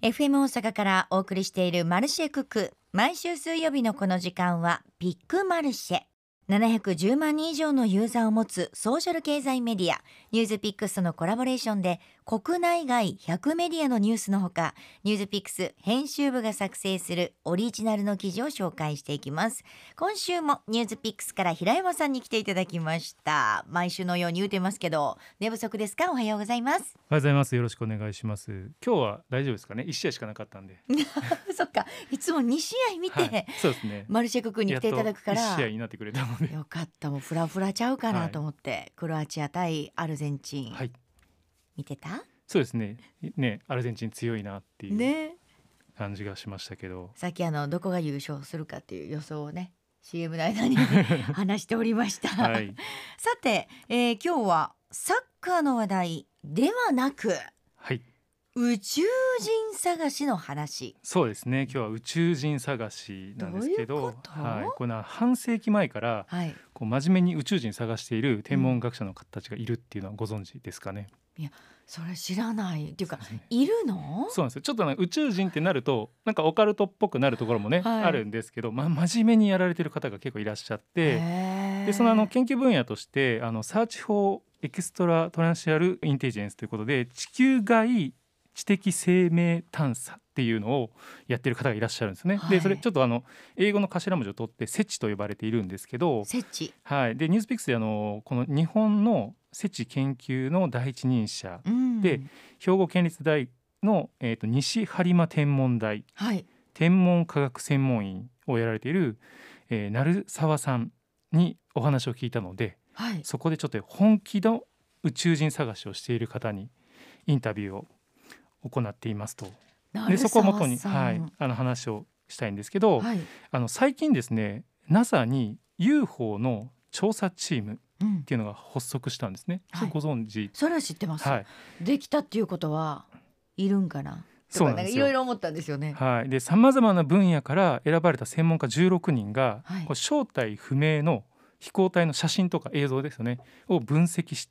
FM 大阪からお送りしているマルシェクク。毎週水曜日のこの時間はビッグマルシェ。710万人以上のユーザーを持つソーシャル経済メディアニュースピックスとのコラボレーションで国内外100メディアのニュースのほか、ニュースピックス編集部が作成するオリジナルの記事を紹介していきます。今週もニュースピックスから平山さんに来ていただきました。毎週のように言うてますけど、寝不足ですか？おはようございます。 おはようございます。よろしくお願いします。今日は大丈夫ですかね。1試合しかなかったんでそっか、いつも2試合見て、 はい、そうですね。 マルシェククに来ていただくからやっと1試合になってくれたのでよかった。もうフラフラちゃうかなと思って、クロアチア対アルゼンチン、 はい、 見てた？ そうですね。アルゼンチン強いなっていうね、 感じがしましたけど、 さっきどこが優勝するかっていう予想をね CM の間に話しておりました、 はい、 さて、今日はサッカーの話題ではなくはい、 宇宙人探しの話。 そうですね。今日は宇宙人探しなんですけど、 どういうこと？ はい、この半世紀前からはい、 こう真面目に宇宙人探している天文学者の方たちがいるっていうのはご存知ですかね。 それ知らないっていうか、 そうですね。 いるの？ そうなんですよ。ちょっと宇宙人ってなるとなんかオカルトっぽくなるところもね、 はいあるんですけど、真面目にやられてる方が結構いらっしゃって、 へーでその研究分野としてサーチフォーエクストラトランシアルインテリジェンスということで、地球外知的生命探査っていうのをやってる方がいらっしゃるんですね、 はい、 でそれちょっと英語の頭文字を取ってセチと呼ばれているんですけど、 設置、 はい、でニュースピックスでこの日本のセチ研究の第一人者で、兵庫県立大の、西播磨天文台、 はい、 天文科学専門員をやられている、鳴沢さんにお話を聞いたので、 はい、 そこでちょっと本気の宇宙人探しをしている方にインタビューを行っていますと。でそこをもとに、はい、話をしたいんですけど、 はい、 最近ですね NASA に UFO の調査チームっていうのが発足したんですね、 はい、 それご存知？ それは知ってます、 はい、 できたっていうことはいるんかなとか、 そうなんですよ。 いろいろ思ったんですよね。 はい、でさまざまな分野から選ばれた専門家16人が、 はい、 こう正体不明の飛行体の写真とか映像ですよねを分析して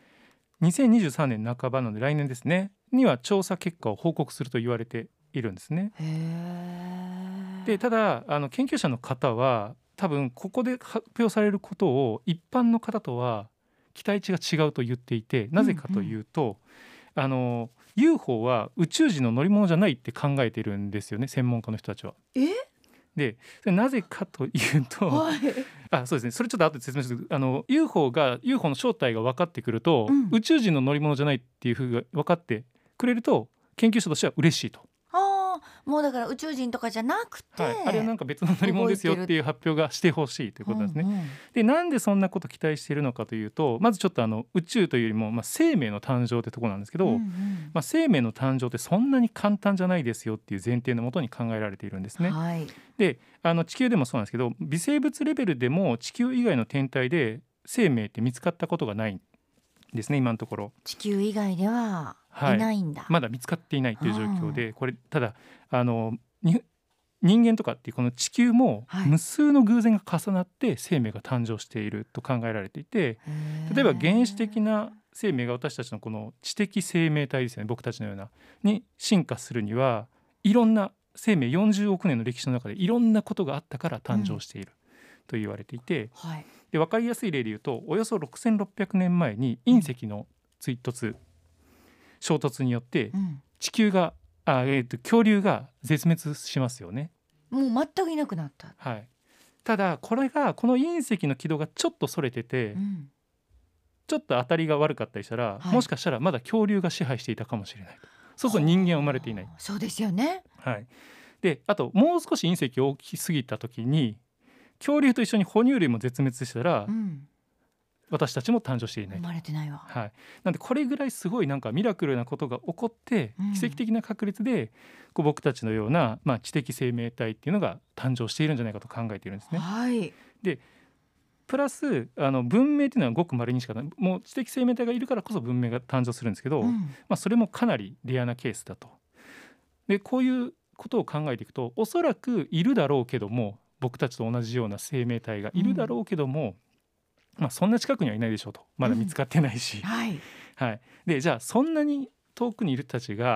、2023年半ばなので来年ですねには調査結果を報告すると言われているんですね。 へー。 でただ研究者の方は多分ここで発表されることを一般の方とは期待値が違うと言っていて、なぜかというと、UFO は宇宙人の乗り物じゃないって考えているんですよね、専門家の人たちは。でそれなぜかというと、 はい、 そうですね、それちょっと後で説明する。UFO の正体が分かってくると、宇宙人の乗り物じゃないっていうふうが分かってくれると研究者としては嬉しいと。 もうだから宇宙人とかじゃなくて、 はい、あれはなんか別の乗り物ですよっていう発表がしてほしいということなんですね、でなんでそんなこと期待しているのかというと、まずちょっと宇宙というよりも、生命の誕生ってところなんですけど、生命の誕生ってそんなに簡単じゃないですよっていう前提のもとに考えられているんですね、 はい、 で地球でもそうなんですけど、微生物レベルでも地球以外の天体で生命って見つかったことがないんですね、今のところ。 地球以外ではいないんだ、 はい、まだ見つかっていないという状況で、これただ人間とかっていうこの地球も無数の偶然が重なって生命が誕生していると考えられていて、例えば原始的な生命が私たちのこの知的生命体ですよね、僕たちのようなに進化するにはいろんな生命40億年の歴史の中でいろんなことがあったから誕生していると言われていて、で分かりやすい例で言うと、およそ6600年前に隕石の衝突によって地球が恐竜が絶滅しますよね。 もう全くいなくなった、 はい、ただこの隕石の軌道がちょっとそれてて、ちょっと当たりが悪かったりしたら、もしかしたらまだ恐竜が支配していたかもしれない。そうすると人間は生まれていない。 そうですよね、 はい、であともう少し隕石大きすぎた時に恐竜と一緒に哺乳類も絶滅したら、私たちも誕生していない、 生まれてないわ、 はい、なんでこれぐらいすごいなんかミラクルなことが起こって、奇跡的な確率でこう僕たちのような、知的生命体っていうのが誕生しているんじゃないかと考えているんですね、 はい、 でプラス文明っていうのはごく稀にしかない、もう知的生命体がいるからこそ文明が誕生するんですけど、それもかなりレアなケースだと。でこういうことを考えていくと、おそらくいるだろうけども、僕たちと同じような生命体がいるだろうけども、そんな近くにはいないでしょうと、まだ見つかってないし、はい、でじゃあそんなに遠くにいる人たちが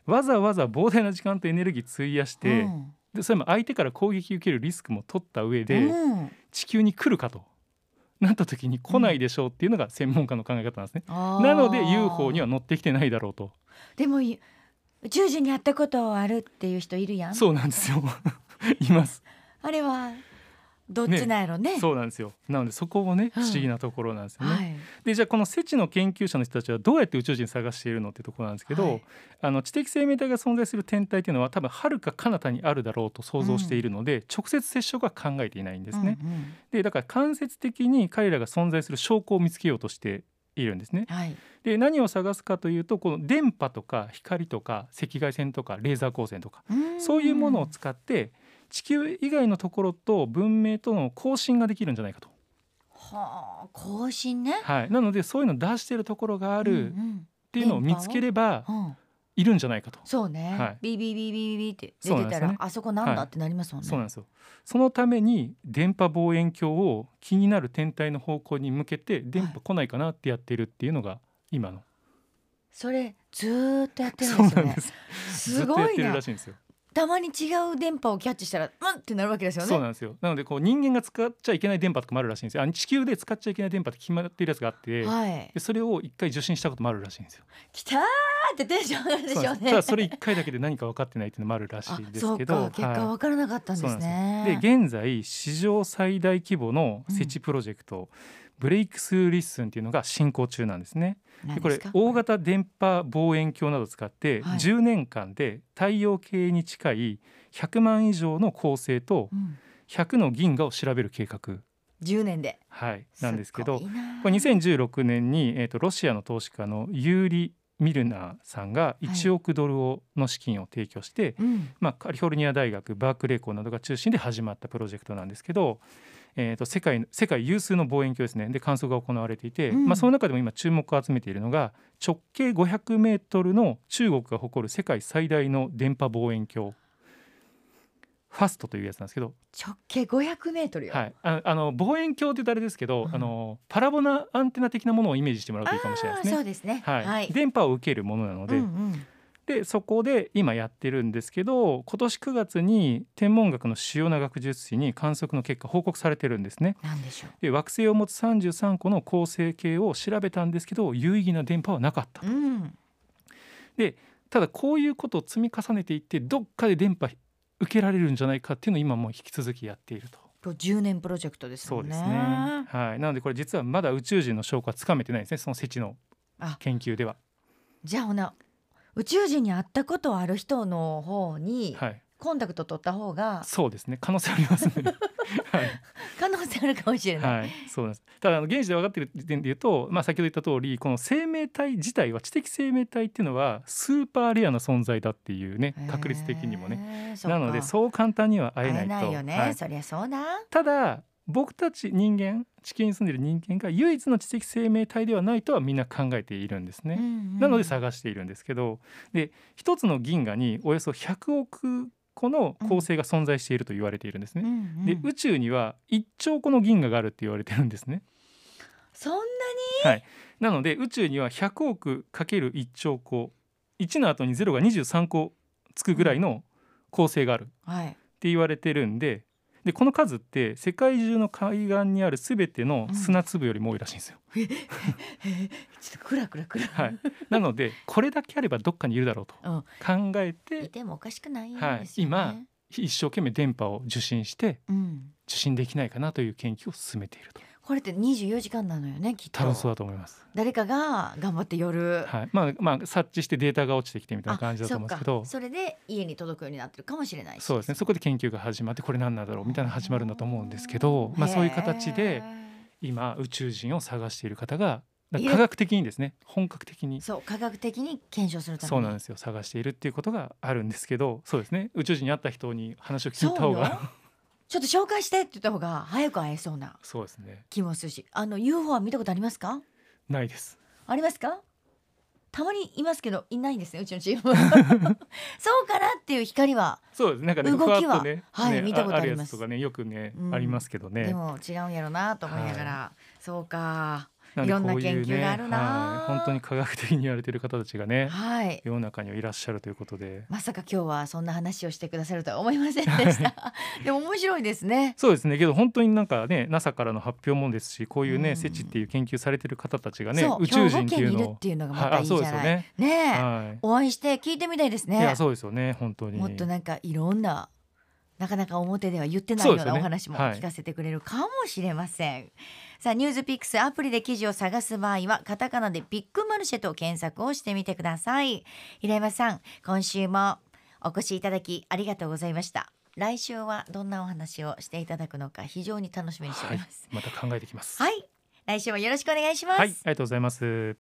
わざわざ膨大な時間とエネルギー費やして、でそれも相手から攻撃受けるリスクも取った上で、地球に来るかとなった時に来ないでしょうっていうのが専門家の考え方なんですね。なので UFO には乗ってきてないだろうと。 でも宇宙人に会ったことあるっていう人いるやん。 そうなんですよいます。 あれはどっちなんやろね。 そうなんですよ。なのでそこもね、不思議なところなんですよね。 はい、 でじゃあこのセチの研究者の人たちはどうやって宇宙人探しているのってところなんですけど、知的生命体が存在する天体っていうのは多分遥か彼方にあるだろうと想像しているので、直接接触は考えていないんですね。でだから間接的に彼らが存在する証拠を見つけようとしているんですね。で何を探すかというと、この電波とか光とか赤外線とかレーザー光線とか、そういうものを使って地球以外のところと文明との交信ができるんじゃないかと。 はあ、交信ね。 はい、なのでそういうのを出しているところがあるっていうのを見つければいるんじゃないかと。 そうね、ビビビビビって出てたら、あそこなんだってなりますもんね。 そうなんですよ。そのために電波望遠鏡を気になる天体の方向に向けて電波来ないかなってやってるっていうのが今の、 それずっとやってるんですよね。 そうなんです。 すごいな。 ずっとやってるらしいんですよ。 たまに違う電波をキャッチしたらってなるわけですよね。 そうなんですよ。なのでこう人間が使っちゃいけない電波とかもあるらしいんですよ。地球で使っちゃいけない電波って決まっているやつがあって、でそれを一回受信したこともあるらしいんですよ。 きたーってテンション上がるでしょうね。 ただそれ一回だけで何か分かってないっていうのもあるらしいんですけど、 結果分からなかったんですね。 で現在史上最大規模の設置プロジェクト、ブレイクスルーリッスンっていうのが進行中なんですね。でこれ大型電波望遠鏡などを使って10年間で太陽系に近い100万以上の恒星と100の銀河を調べる計画、 10年で、 なんですけど、これ2016年に、ロシアの投資家のユーリ・ミルナーさんが1億ドルの資金を提供して、カリフォルニア大学バークレー校などが中心で始まったプロジェクトなんですけど、世界有数の望遠鏡ですね。で観測が行われていて、その中でも今注目を集めているのが直径500メートルの中国が誇る世界最大の電波望遠鏡ファストというやつなんですけど、 直径500メートルよ。 望遠鏡って言うとあれですけど、パラボラアンテナ的なものをイメージしてもらうといいかもしれないですね。 そうですね、 電波を受けるものなので、でそこで今やってるんですけど、今年9月に天文学の主要な学術誌に観測の結果報告されてるんですね。 何でしょう。 で惑星を持つ33個の恒星系を調べたんですけど、有意義な電波はなかったと。でただこういうことを積み重ねていってどっかで電波受けられるんじゃないかっていうのを今も引き続きやっていると。 10年プロジェクトですもんね。 そうですね、なのでこれ実はまだ宇宙人の証拠はつかめてないですね、そのセチの研究では。 じゃあ宇宙人に会ったことある人の方にコンタクト取った方が、 そうですね、可能性ありますね可能性あるかもしれない、 そうなんです。ただ現時で分かっている時点で言うと、先ほど言った通りこの生命体自体は知的生命体っていうのはスーパーレアな存在だっていうね、確率的にもね。なのでそう簡単には会えないと。 会えないよね、そりゃそうだ。 ただ僕たち人間、地球に住んでいる人間が唯一の知的生命体ではないとはみんな考えているんですね、なので探しているんですけど、で一つの銀河におよそ100億個の恒星が存在していると言われているんですね、で宇宙には1兆個の銀河があるって言われてるんですね。 そんなに、 なので宇宙には100億 ×1 兆個、1の後に0が23個つくぐらいの恒星があるって言われてるんで、この数って世界中の海岸にあるすべての砂粒よりも多いらしいんですよ、 ちょっとクラクラなのでこれだけあればどっかにいるだろうと考えて、 いてもおかしくないですよね、 今一生懸命電波を受信して受信できないかなという研究を進めていると。 これって24時間なのよね、きっと。 多分そうだと思います。 誰かが頑張って夜、 察知してデータが落ちてきてみたいな感じだと思うんですけど、 それで家に届くようになってるかもしれないし、 そうですね、そこで研究が始まってこれ何なんだろうみたいなの始まるんだと思うんですけど、そういう形で今宇宙人を探している方が科学的にですね、本格的に科学的に検証するために、 そうなんですよ、探しているっていうことがあるんですけど、そうですね、宇宙人に会った人に話を聞いた方がちょっと紹介してって言った方が早く会えそうな気もするし、UFO は見たことありますか？ ないです。 ありますか？たまにいますけどいないんですね、うちのチームそうかなっていう光は、 そうです、なんかね、 動きは見たことあります。 あるやつとかね、よくね、ありますけどね。 でも違うんやろなと思いながら、そうか。 なんいろんなでこういう研究があるな、 本当に科学的に言われている方たちがね、 はい、 世の中にはいらっしゃるということで。 まさか今日はそんな話をしてくださるとは思いませんでしたでも面白いですね。 そうですね、けど本当になんかね NASA からの発表もですし、こういうね、セチっていう研究されてる方たちがね、 そう宇宙人っていう兵庫県にいるっのを、 ていうのがまたいいじゃない、 そうですよね。 ねえ、 はお会いして聞いてみたいですい、いやね。 そうですよね、本当に。 もっとなんかいろんな、なかなか表では言ってないようそうですよね、 なお話も聞かせてくれるかもしれません。さあニュースピックスアプリで記事を探す場合はカタカナでビッグマルシェと検索をしてみてください。平山さん、今週もお越しいただきありがとうございました。来週はどんなお話をしていただくのか非常に楽しみにしております。 また考えてきます。 はい、来週もよろしくお願いします。 はい、ありがとうございます。